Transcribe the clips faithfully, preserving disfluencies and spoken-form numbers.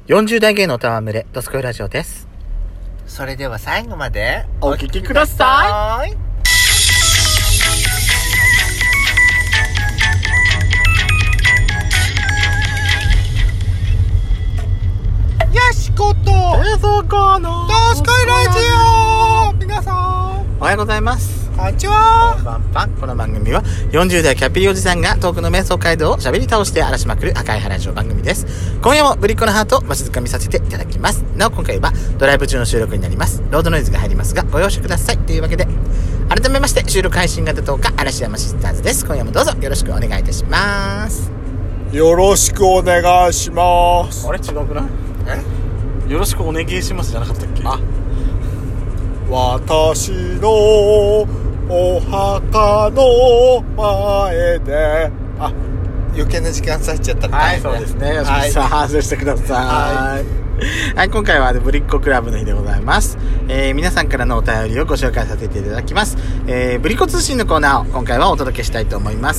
よんじゅう代芸能たわむれドスコイラジオです。 それでは最後までお聞きください。 よしことえそこのドスコイラジオ、皆さんおはようございます。 こんにちは。 こんばんは。この番組はよんじゅう代キャッピリおじさんが遠くの瞑想街道を喋り倒して荒らしまくる赤い原ラジオ番組です。今夜もぶりっ子のハートをわしづかみさせていただきます。なお今回はドライブ中の収録になります。ロードノイズが入りますがご容赦ください。というわけで改めまして収録配信型とおか嵐山シスターズです。今夜もどうぞよろしくお願いいたします。 よろしくお願いします。 あれ違くない？え？よろしくお願いしますじゃなかったっけ？ あ、私のお墓の前で、あ、余計な時間させちゃったらはい、そうですね。よしみさん、はい、外してください。はい、はい、今回はぶりっ子クラブの日でございます。えー、皆さんからのお便りをご紹介させていただきます。えー、ぶりっ子通信のコーナーを今回はお届けしたいと思います。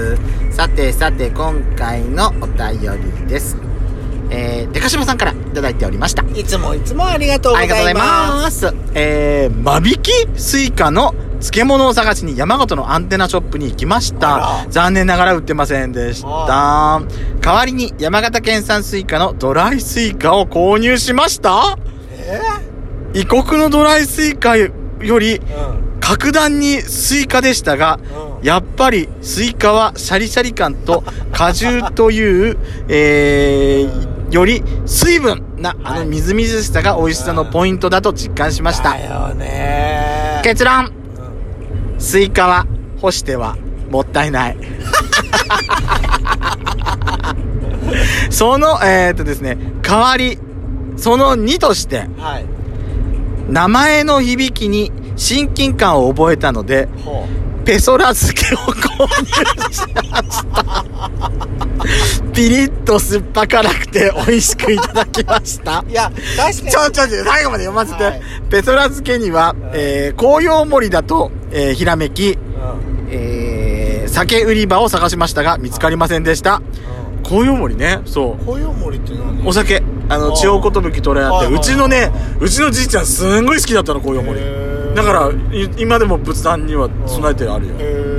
さてさて、今回のお便りです。えー、デカシマさんからいただいておりました。 いつもいつもありがとうございます。ありがとうございます。 えー、間引きスイカの漬物を探しに山形のアンテナショップに行きました。残念ながら売ってませんでした。代わりに山形県産スイカのドライスイカを購入しました。 えー、異国のドライスイカより格段にスイカでしたが、うん、やっぱりスイカはシャリシャリ感と果汁という、えーより水分なあのみずみずしさが美味しさのポイントだと実感しました。 だよね。 結論、うん、スイカは干してはもったいないそのえー、っとですね代わりそのにとして、はい、名前の響きに親近感を覚えたのでペソラ漬けを購入しましたピリッと酸っぱ辛くて美味しくいただきましたいや確かにちょちょちょ最後まで読ませて、はい、ペソラ漬けには、えー、紅葉森だと、えー、ひらめき、うんえー、酒売り場を探しましたが見つかりませんでした、うん、紅葉森ね。そう紅葉森って何？ お酒あの千代寿取れ合ってうちのねうちのじいちゃんすんごい好きだったの紅葉森だから今でも仏壇には備えてあるよ。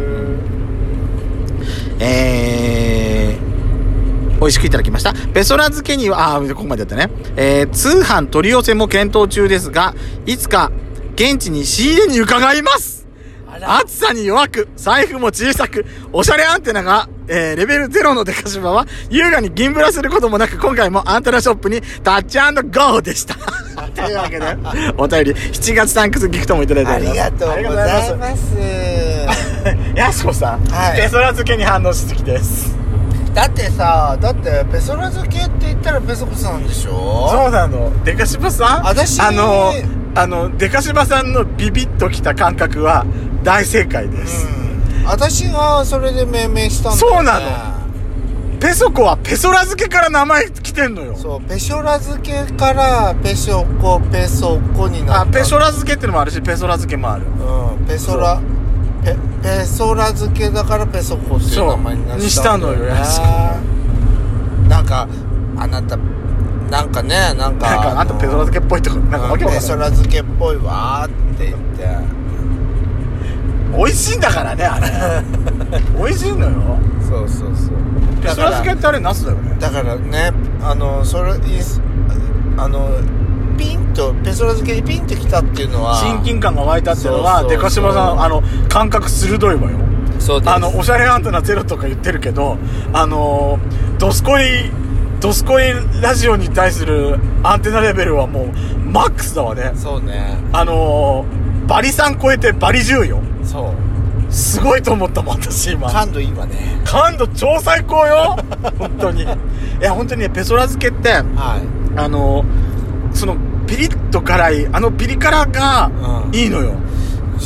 えー、美味しくいただきました。ペソラ漬けにはあここまでやったね、えー、通販取り寄せも検討中ですがいつか現地に仕入れに伺います。暑さに弱く財布も小さくおしゃれアンテナが、えー、レベルゼロのデカシマは優雅に銀ブラすることもなく今回もアンテナショップにタッチ&ゴーでしたというわけでお便りしちがつサンクスギフトもいただいております。 ありがとうございますやすこさん、はい、ペソラ漬けに反応しすぎです。 だってさだってペソラ漬けって言ったらペソコさんでしょ。 そうなの。デカシマさん私あのあのデカシマさんのビビッときた感覚は大正解です、 うん、私がそれで命名したんだよね。 そうなの。ペソコはペソラ漬けから名前来てんのよ。 そうペソラ漬けからペソコペソコになった。 あペソラ漬けってのもあるしペソラ漬けもある。 うんペソラペペソラ漬けだからペソコっていう名前になったんだよね。 にしたのよやすこ。 なんかあなたなんかねなんかなんかあんたペソラ漬けっぽいとかなんかわけわかんない。 ペソラ漬けっぽいわーって言って美味しいんだからねあれ美味しいのよ。 そうそうそうペソラ漬けってあれナスだよね。 だからねあのそれあのピンとペソラ漬けにピンときたっていうのは親近感が湧いたっていうのはデカシマさんあの感覚鋭いわよ。 そうです。 あのおしゃれアンテナゼロとか言ってるけどあのドスコイドスコイラジオに対するアンテナレベルはもうマックスだわね。 そうね。あのバリさん超えてバリじゅうよ。 そうすごいと思ったもん私今。 感度いいわね。 感度超最高よ本当に。いや本当にねペソラ漬けって、はい、あのそのピリッと辛いあのピリ辛がいいのよ、うん、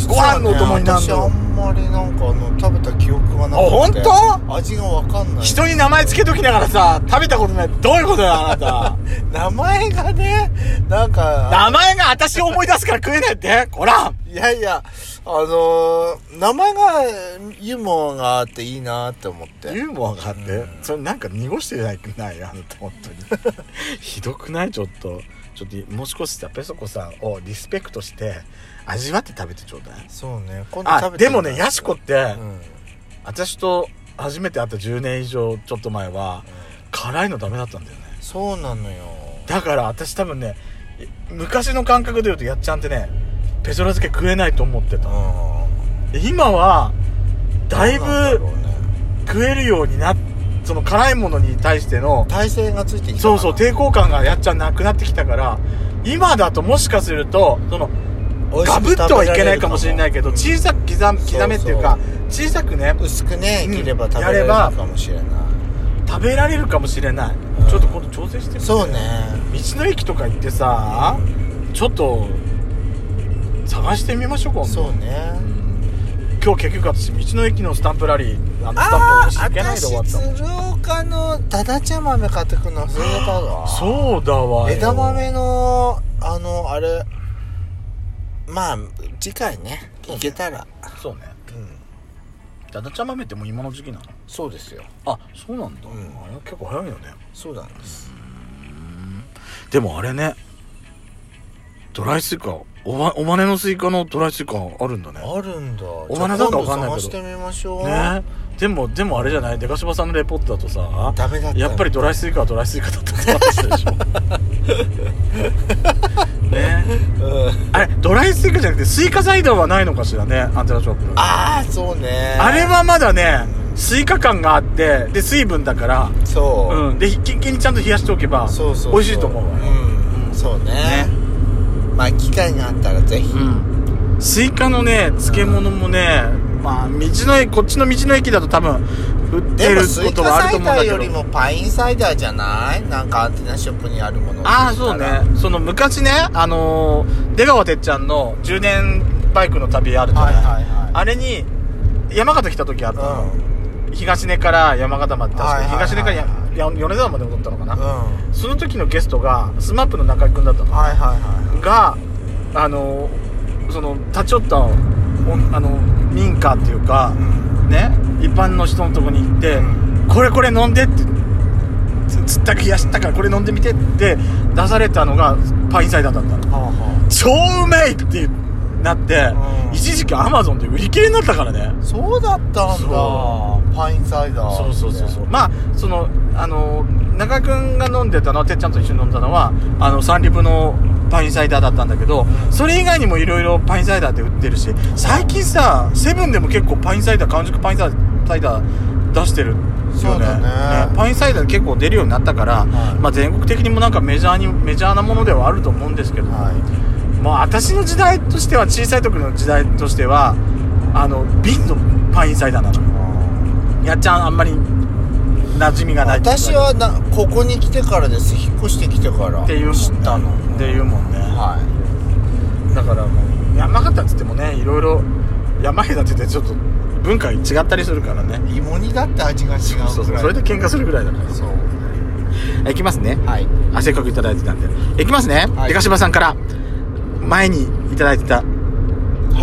ご飯のお供になるのよ。 私あんまりなんかあの食べた記憶がなくて。あ本当？ 味が分かんない。 人に名前つけときながらさ食べたことない。どういうことよあなた名前がねなんか名前が私を思い出すから食えないってこら。 いやいやあのー、名前がユーモアがあっていいなって思って。 ユーモアがあって、うん、それなんか濁してないくないあなた本当にひどくない？ちょっとちょっともう少しさペソコさんをリスペクトして味わって食べてちょうだい。 そうね、今度食べてみたい。 あでもねヤシコって、うん、私と初めて会ったじゅうねん以上ちょっと前は、うん、辛いのダメだったんだよね。 そうなのよ。 だから私多分ね昔の感覚で言うとやっちゃんってねペソラ漬け食えないと思ってた、うん、今はだいぶ食えるようになっその辛いものに対しての耐性がついてきた。 そうそう抵抗感がやっちゃなくなってきたから今だともしかするとそのガブッとはいけないかもしれないけど小さく刻刻めっていうか小さくね薄くね切れば食べられるかもしれない、 食べられるかもしれない、うん、ちょっと今度調整してみて。 そうね、 道の駅とか行ってさ、うん、ちょっと探してみましょう今度。 そうね、うん、 今日結局私道の駅のスタンプラリーあのスタンプを押し行けないで終わったもん。 私鶴岡のダダ茶豆買ってくるの忘れたわそうだわよ。 枝豆のあのあれまあ次回ね行けたらそうね、うん、ダダ茶豆ってもう今の時期なの？ そうですよ。 あ、そうなんだ、うん、あれ結構早いよね。 そうなんです。 でもあれねドライスイカおま、おまねのスイカのドライスイカあるんだね。 あるんだ。 おまねだかわかんないけど探してみましょうね。でもでもあれじゃないデカシバさんのレポートだとさダメだったやっぱりドライスイカはドライスイカだったって話でしょね、うん、あれドライスイカじゃなくてスイカサイダーはないのかしらねアンテナショップ。 ああそうね。 あれはまだねスイカ感があってで水分だからそう、 うん、でキンキンにちゃんと冷やしておけばそうそうそう美味しいと思うわよ、 うんうん、そうね、ねまあ機会があったらぜひ、うん、スイカのね漬物もね、うん、まあ道の駅こっちの道の駅だと多分売ってることはあると思うんだけどでもスイカサイダーよりもパインサイダーじゃないなんかアンテナショップにあるもの。 ああそうね。その昔ねあのー、出川てっちゃんのじゅうねんバイクの旅あるじゃない、はいはいはい、あれに山形来た時あったの、うん、東根から山形まで確か、はいはいはい、東根からや米沢まで戻ったのかな、うん、その時のゲストがスマップの中居君だったの、はいはいはい、があのその立ち寄ったあの民家っていうか、うん、ね一般の人のとこに行って、うん、これこれ飲んでってつったく冷やしたからこれ飲んでみてって出されたのがパインサイダーだったの、はあはあ、超うめいってなって、うん、一時期アマゾンで売り切れになったからね。 そうだったんだパインサイダー。 そうそうそうそう。まあそのあの中居君が飲んでたのはてっちゃんと一緒に飲んだのはあのサンリブのパインサイダーだったんだけど、うん、それ以外にもいろいろパインサイダーって売ってるし最近さセブンでも結構パインサイダー完熟パインサイダー出してるよね。 そうだね。 ねパインサイダー結構出るようになったから、はい、まあ全国的にもなんかメジャーにメジャーなものではあると思うんですけど、はい、まあ私の時代としては小さい時の時代としてはあの瓶のパインサイダーなの。やっちゃんあんまり馴染みがない。 私はなここに来てからです。引っ越してきてからっていうもんね。知ったのっていうもんね。はい。だからもう山形っつってもねいろいろ山形って言ってちょっと文化違ったりするからね。 芋煮だって味が違う。そうそうそう。それで喧嘩するぐらいだから。そう。いきますね。はい。あせっかくいただいてたんで。いきますね。はい、でかしばさんから前にいただいてた、はい、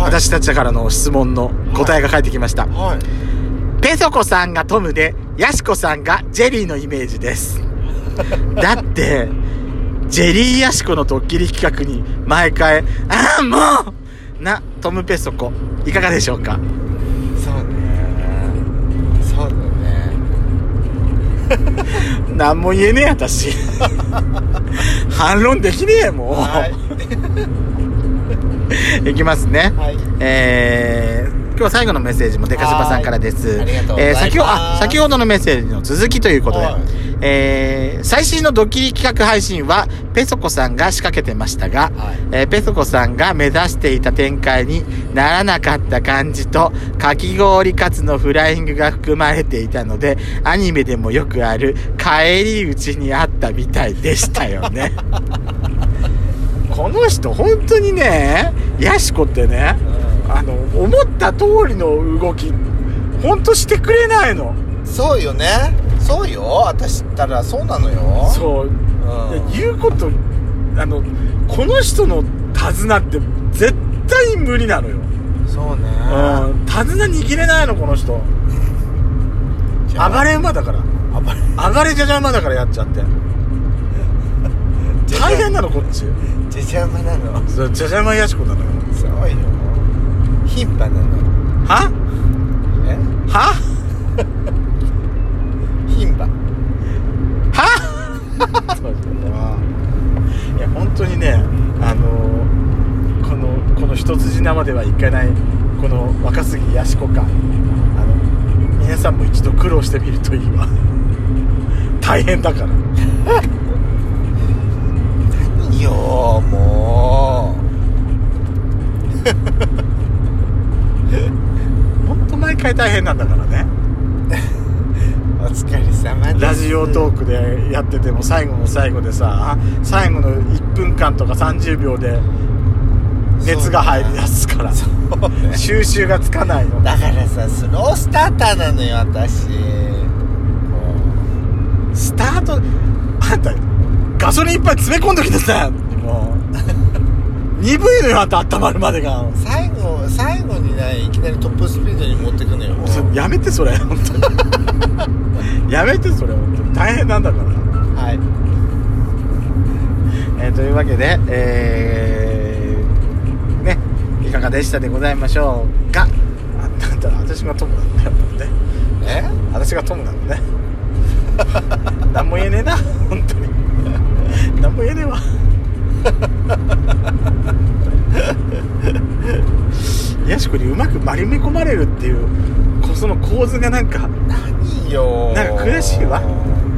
私たちからの質問の答えが返ってきました。はい。はいペソコさんがトムでヤシコさんがジェリーのイメージですだってジェリーヤシコのドッキリ企画に毎回ああもうなトムペソコいかがでしょうか。 そうねそうだね何も言えねえ私反論できねえもう、はい、いきますね、はい、えー今日は最後のメッセージもデカシバさんからです。ありがとうございます。えー、先ほど、あ、先ほどのメッセージの続きということで、えー、最新のドッキリ企画配信はペソコさんが仕掛けてましたが、はいえー、ペソコさんが目指していた展開にならなかった感じと、かき氷カツのフライングが含まれていたので、アニメでもよくある帰り討ちにあったみたいでしたよね。この人本当にね、ヤシコってね、あの思った通りの動き本当してくれないの。 そうよね。そうよ。私ったらそうなのよ。 そう、うん、言うことあのこの人の手綱って絶対無理なのよ。 そうね。 うん、手綱握れないのこの人。暴れ馬だから、 暴れ暴れじゃじゃ馬だからやっちゃって大変なのこっち。 じゃじゃ馬なの。 そうじゃじゃ馬やしこなのよ。 そうよ。貧乏なの。 はえは貧乏はそういや本当にね、あのー、このこの一筋縄ではいかないこの若杉やしこか、あの皆さんも一度苦労してみるといいわ大変だから何よもうほんと毎回大変なんだからねお疲れ様です。 ラジオトークでやってても最後の最後でさ、最後のいっぷんかんとかさんじゅうびょうで熱が入るやつから、 そうね、 収集がつかないの。 だからさ、スロースターターなのよ私。 スタートあんたガソリンいっぱい詰め込んできてさ、もう鈍いのよあんた温まるまでが。 最後最後にね、いきなりトップスピードに持ってくのよ。 やめてそれ本当にやめてそれ本当に大変なんだから。 はい、 えー、というわけで、えー、ね、いかがでしたでございましょうか。あなんだ私がトムなんだよね。 え私がトムなのね何も言えねえな本当に何も言えねえわやしこにうまく丸め込まれるっていうその構図がなんか何よなんか悔しいわ。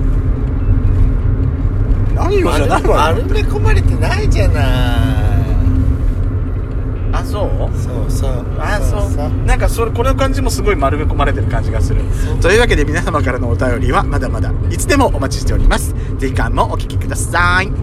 何よじゃないわよ。 丸め込まれてないじゃない。 あ、そうそうそうあ、そうそうなんかそれこの感じもすごい丸め込まれてる感じがする。というわけで皆様からのお便りはまだまだいつでもお待ちしております。次回もお聞きください。